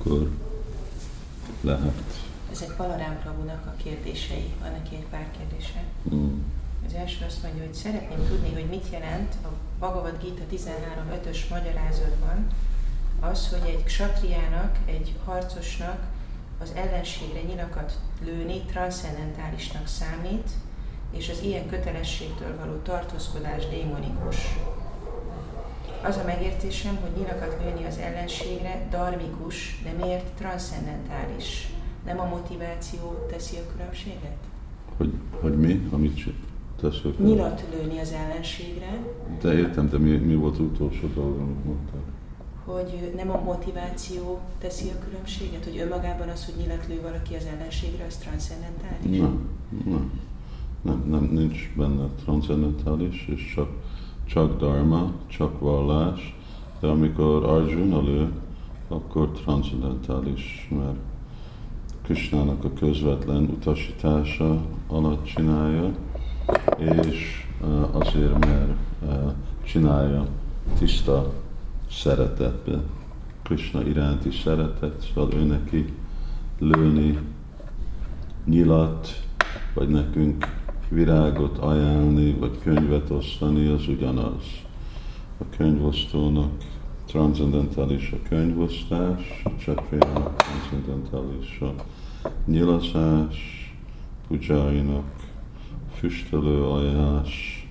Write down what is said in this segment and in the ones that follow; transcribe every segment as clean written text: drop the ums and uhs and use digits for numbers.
akkor lehet. Ezek Balarám Prabhunak a kérdései, van neki egy pár kérdése. Az első azt mondja, hogy szeretném tudni, hogy mit jelent a Bhagavad Gita 13.5-ös magyarázatban az, hogy egy ksatriának, egy harcosnak az ellenségre nyilakat lőni transzcendentálisnak számít, és az ilyen kötelességtől való tartózkodás démonikus. Az a megértésem, hogy nyilakat lőni az ellenségre dharmikus, de miért transzcendentális? Nem a motiváció teszi a különbséget? Hogy mi? Amit teszi a különbséget? Nyilat lőni az ellenségre. De értem, de mi volt az utolsó dolog, amit mondtál? Hogy nem a motiváció teszi a különbséget? Hogy önmagában az, hogy nyilat lő valaki az ellenségre, az transzcendentális? Nem, nincs benne transzcendentális, és csak dharma, csak vallás, de amikor Arjuna lő, akkor transzcendentális, mert Krishnának a közvetlen utasítása alatt csinálja, és azért, mert csinálja tiszta szeretetbe, Krishna iránti szeretet, szóval ő neki lőni nyilat, vagy nekünk virágot ajánlni, vagy könyvet osztani, az ugyanaz. A könyvosztónak transzcendentális a könyvosztás, a csakrjának transzcendentális a nyilazás, pujáinak füstölő ajánlás,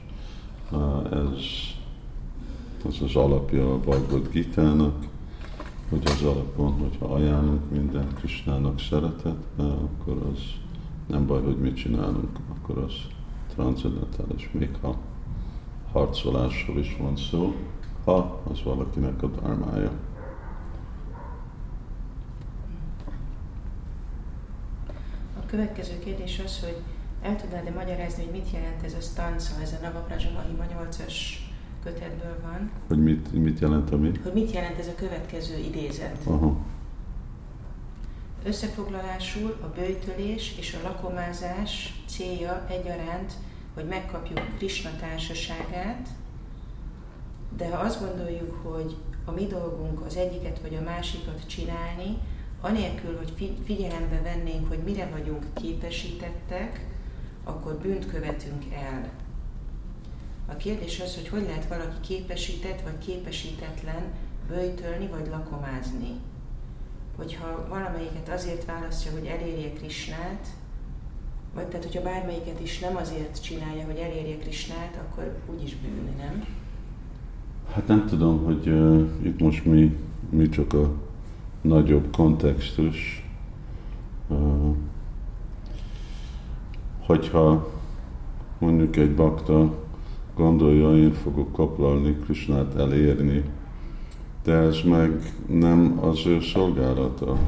ez az alapja a Bhagavad Gitának, hogy az alapon, hogyha ajánlunk minden Krishnának szeretetbe, akkor az nem baj, hogy mit csinálunk, akkor az transzcendentális, még ha harcolásról is van szó, ha az valakinek a dharmája. A következő kérdés az, hogy el tudnád-e magyarázni, hogy mit jelent ez a stanza, ez a Navapraja Mahima 8-as kötetből van. Hogy mit jelent a mi? Hogy mit jelent ez a következő idézet. Aha. Összefoglalásul a böjtölés és a lakomázás célja egyaránt, hogy megkapjuk Krishna társaságát, de ha azt gondoljuk, hogy a mi dolgunk az egyiket vagy a másikat csinálni, anélkül, hogy figyelembe vennénk, hogy mire vagyunk képesítettek, akkor bűnt követünk el. A kérdés az, hogy lehet valaki képesített vagy képesítetlen böjtölni vagy lakomázni. Hogyha valamelyiket azért választja, hogy elérje Krishnát, vagy tehát, hogyha bármelyiket is nem azért csinálja, hogy elérje Krishnát, akkor úgyis bűn, nem? Hát nem tudom, hogy itt most mi csak a nagyobb kontextus. Hogyha mondjuk egy bakta gondolja, én fogok kaplalni, Krishnát elérni, de ez meg nem az ő szolgálata.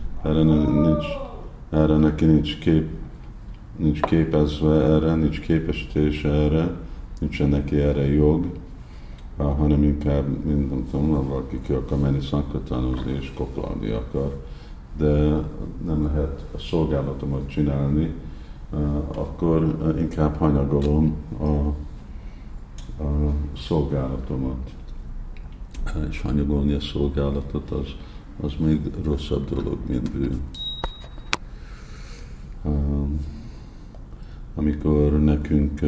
Erre neki nincs képezve erre, nincs képesítése erre, nincsen neki erre jog, hanem inkább, mint nem tudom, valaki ki akar menni szankirtánozni és koplalni akar, de nem lehet a szolgálatomat csinálni, akkor inkább hanyagolom a szolgálatomat. És hanyagolni a szolgálatot, az még rosszabb dolog, mint bűn. Amikor nekünk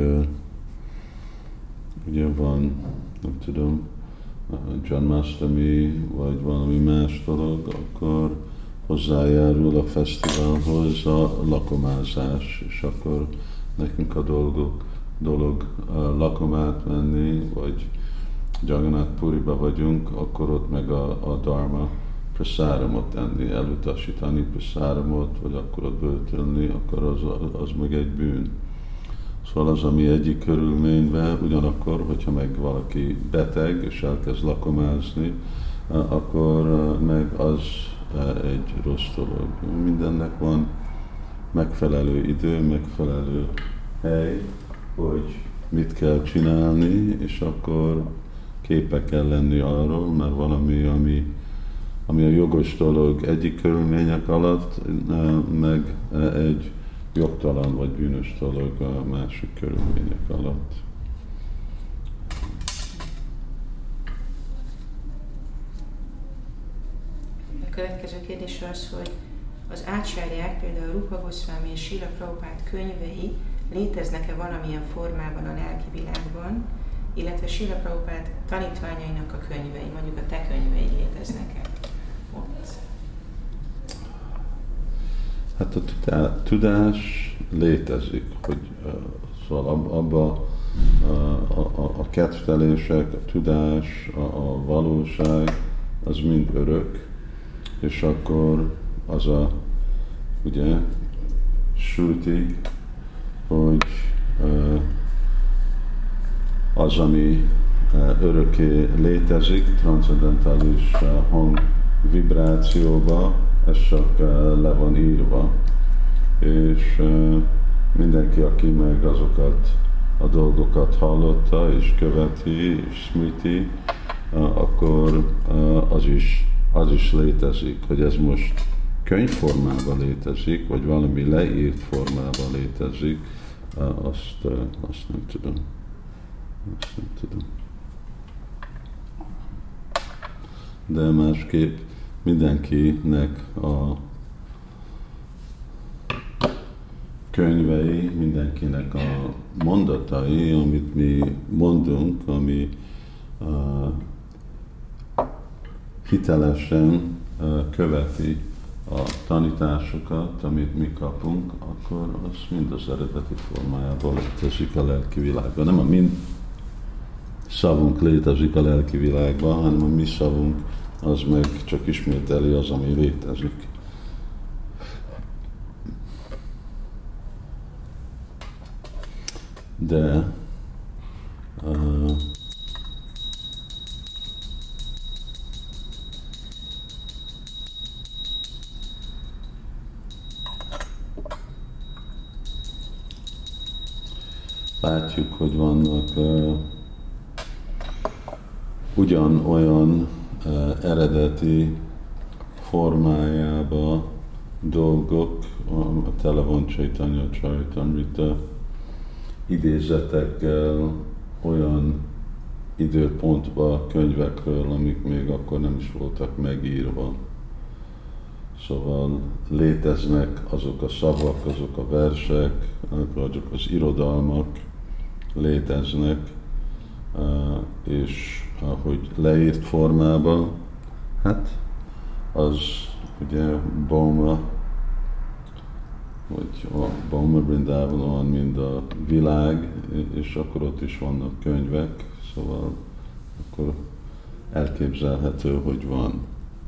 ugye van, nem tudom, Janmashtami, vagy valami más dolog, akkor hozzájárul a fesztiválhoz a lakomázás, és akkor nekünk a dolog lakomát venni, vagy Jagannath Puriba vagyunk, akkor ott meg a dharma praszáramot tenni, elutasítani praszáramot, vagy akkor ott böjtölni, akkor az meg egy bűn. Szóval az, ami egyik körülményben, ugyanakkor, hogyha meg valaki beteg és elkezd lakomázni, akkor meg az egy rossz dolog. Mindennek van megfelelő idő, megfelelő hely, hogy mit kell csinálni, és akkor képek kell lenni arról, mert valami, ami a jogos dolog egyik körülmények alatt, meg egy jogtalan vagy bűnös dolog a másik körülmények alatt. A következő kérdés az, hogy az ácsárják, például Rupa Goswami és Srila Prabhupád könyvei léteznek-e valamilyen formában a lelki világban, illetve Srila Prabhupád tanítványainak a könyvei, mondjuk a te könyvei léteznek-e ott? Hát a tudás létezik, hogy szóval abba a kedvtelések, a tudás, a valóság, az mind örök, és akkor az a, ugye, Shruti, hogy az, ami örökké létezik, transzendentális hang vibrációba, ez csak le van írva, és mindenki, aki meg azokat a dolgokat hallotta, és követi, és smriti, akkor az is létezik, hogy ez most könyvformában létezik, vagy valami leírt formában létezik, azt nem tudom. Azt nem tudom. De másképp mindenkinek a könyvei, mindenkinek a mondatai, amit mi mondunk, ami hitelesen követi a tanításokat, amit mi kapunk, akkor az mind az eredeti formájában létezik a lelki világban. Nem a mi szavunk létezik a lelki világban, hanem a mi szavunk az meg csak ismételi az, ami létezik. De látjuk, hogy vannak ugyanolyan eredeti formájába dolgok, tele van Chaitanya Charitamrita idézetekkel, olyan időpontban könyvekről, amik még akkor nem is voltak megírva. Szóval léteznek azok a szavak, azok a versek, azok az irodalmak léteznek, és ahogy leírt formában, hát az ugye Boma, vagy a Boma Brindában mind a világ, és akkor ott is vannak könyvek, szóval akkor elképzelhető, hogy van.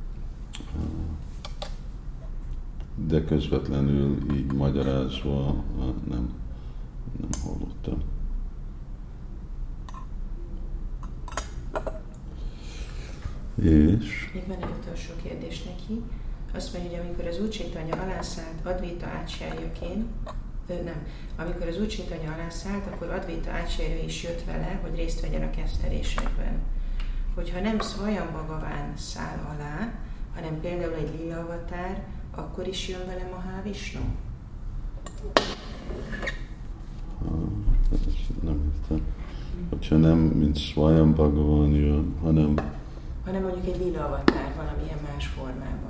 De közvetlenül így magyarázva nem hallottam. És? Még van egy utolsó kérdés neki. Azt mondja, hogy amikor az Úr Chaitanya alászállt Advaita ácsárjaként, amikor az Úr Chaitanya alászállt, akkor Advaita ácsárja is jött vele, hogy részt vegyen a kezdelésekben. Hogyha nem Swayam Bhagavan száll alá, hanem például egy lila avatár, akkor is jön vele Mahavishnu? Nem értem. Hogyha nem, mint Swayam Bhagavan jön, hanem mondjuk egy lila avatár valamilyen más formában.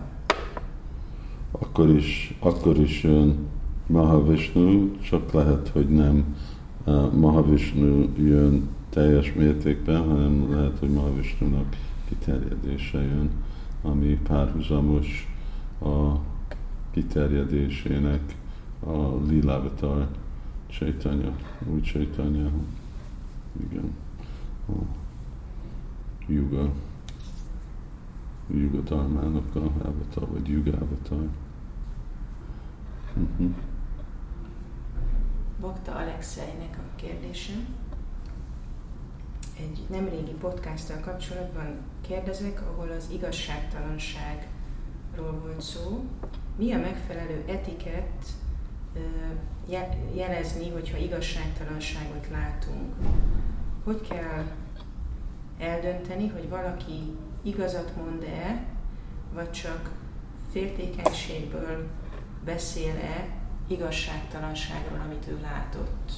Akkor is jön Mahavishnu, csak lehet, hogy nem Mahavishnu jön teljes mértékben, hanem lehet, hogy Mahavishnunak kiterjedése jön, ami párhuzamos a kiterjedésének a Lilavatar Chaitanya, új Chaitanya, igen, a Yuga Dharmának a avatar, vagy Yuga avatar. Bakta Alexeinek a kérdése. Egy nemrégi podcasttal kapcsolatban kérdezek, ahol az igazságtalanságról volt szó. Mi a megfelelő etikett jelezni, hogyha igazságtalanságot látunk? Hogy kell eldönteni, hogy valaki igazat mond-e, vagy csak féltékenységből beszél-e igazságtalanságról, amit ő látott?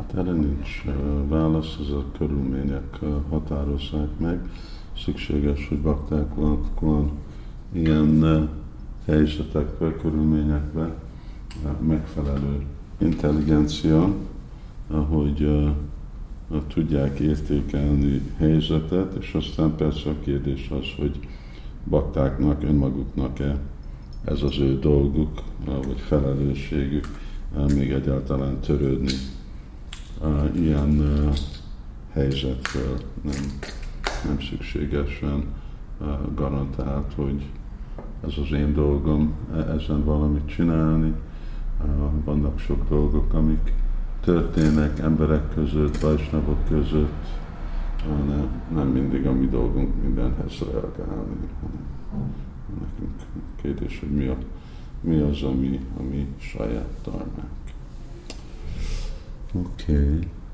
Hát erre nincs válasz, ez a körülmények határozzák meg. Szükséges, hogy bakták van ilyen helyzetekben, körülményekben megfelelő intelligencia, hogy tudják értékelni helyzetet, és aztán persze a kérdés az, hogy baktáknak, önmaguknak-e ez az ő dolguk, vagy felelősségük még egyáltalán törődni ilyen helyzetről. Nem szükségesen garantált, hogy ez az én dolgom ezen valamit csinálni. Vannak sok dolgok, amik történnek emberek között, vajsnavok között, nem mindig a mi dolgunk mindenhez reagálni. Nekünk kérdés, hogy mi az, ami saját dharmánk. Oké.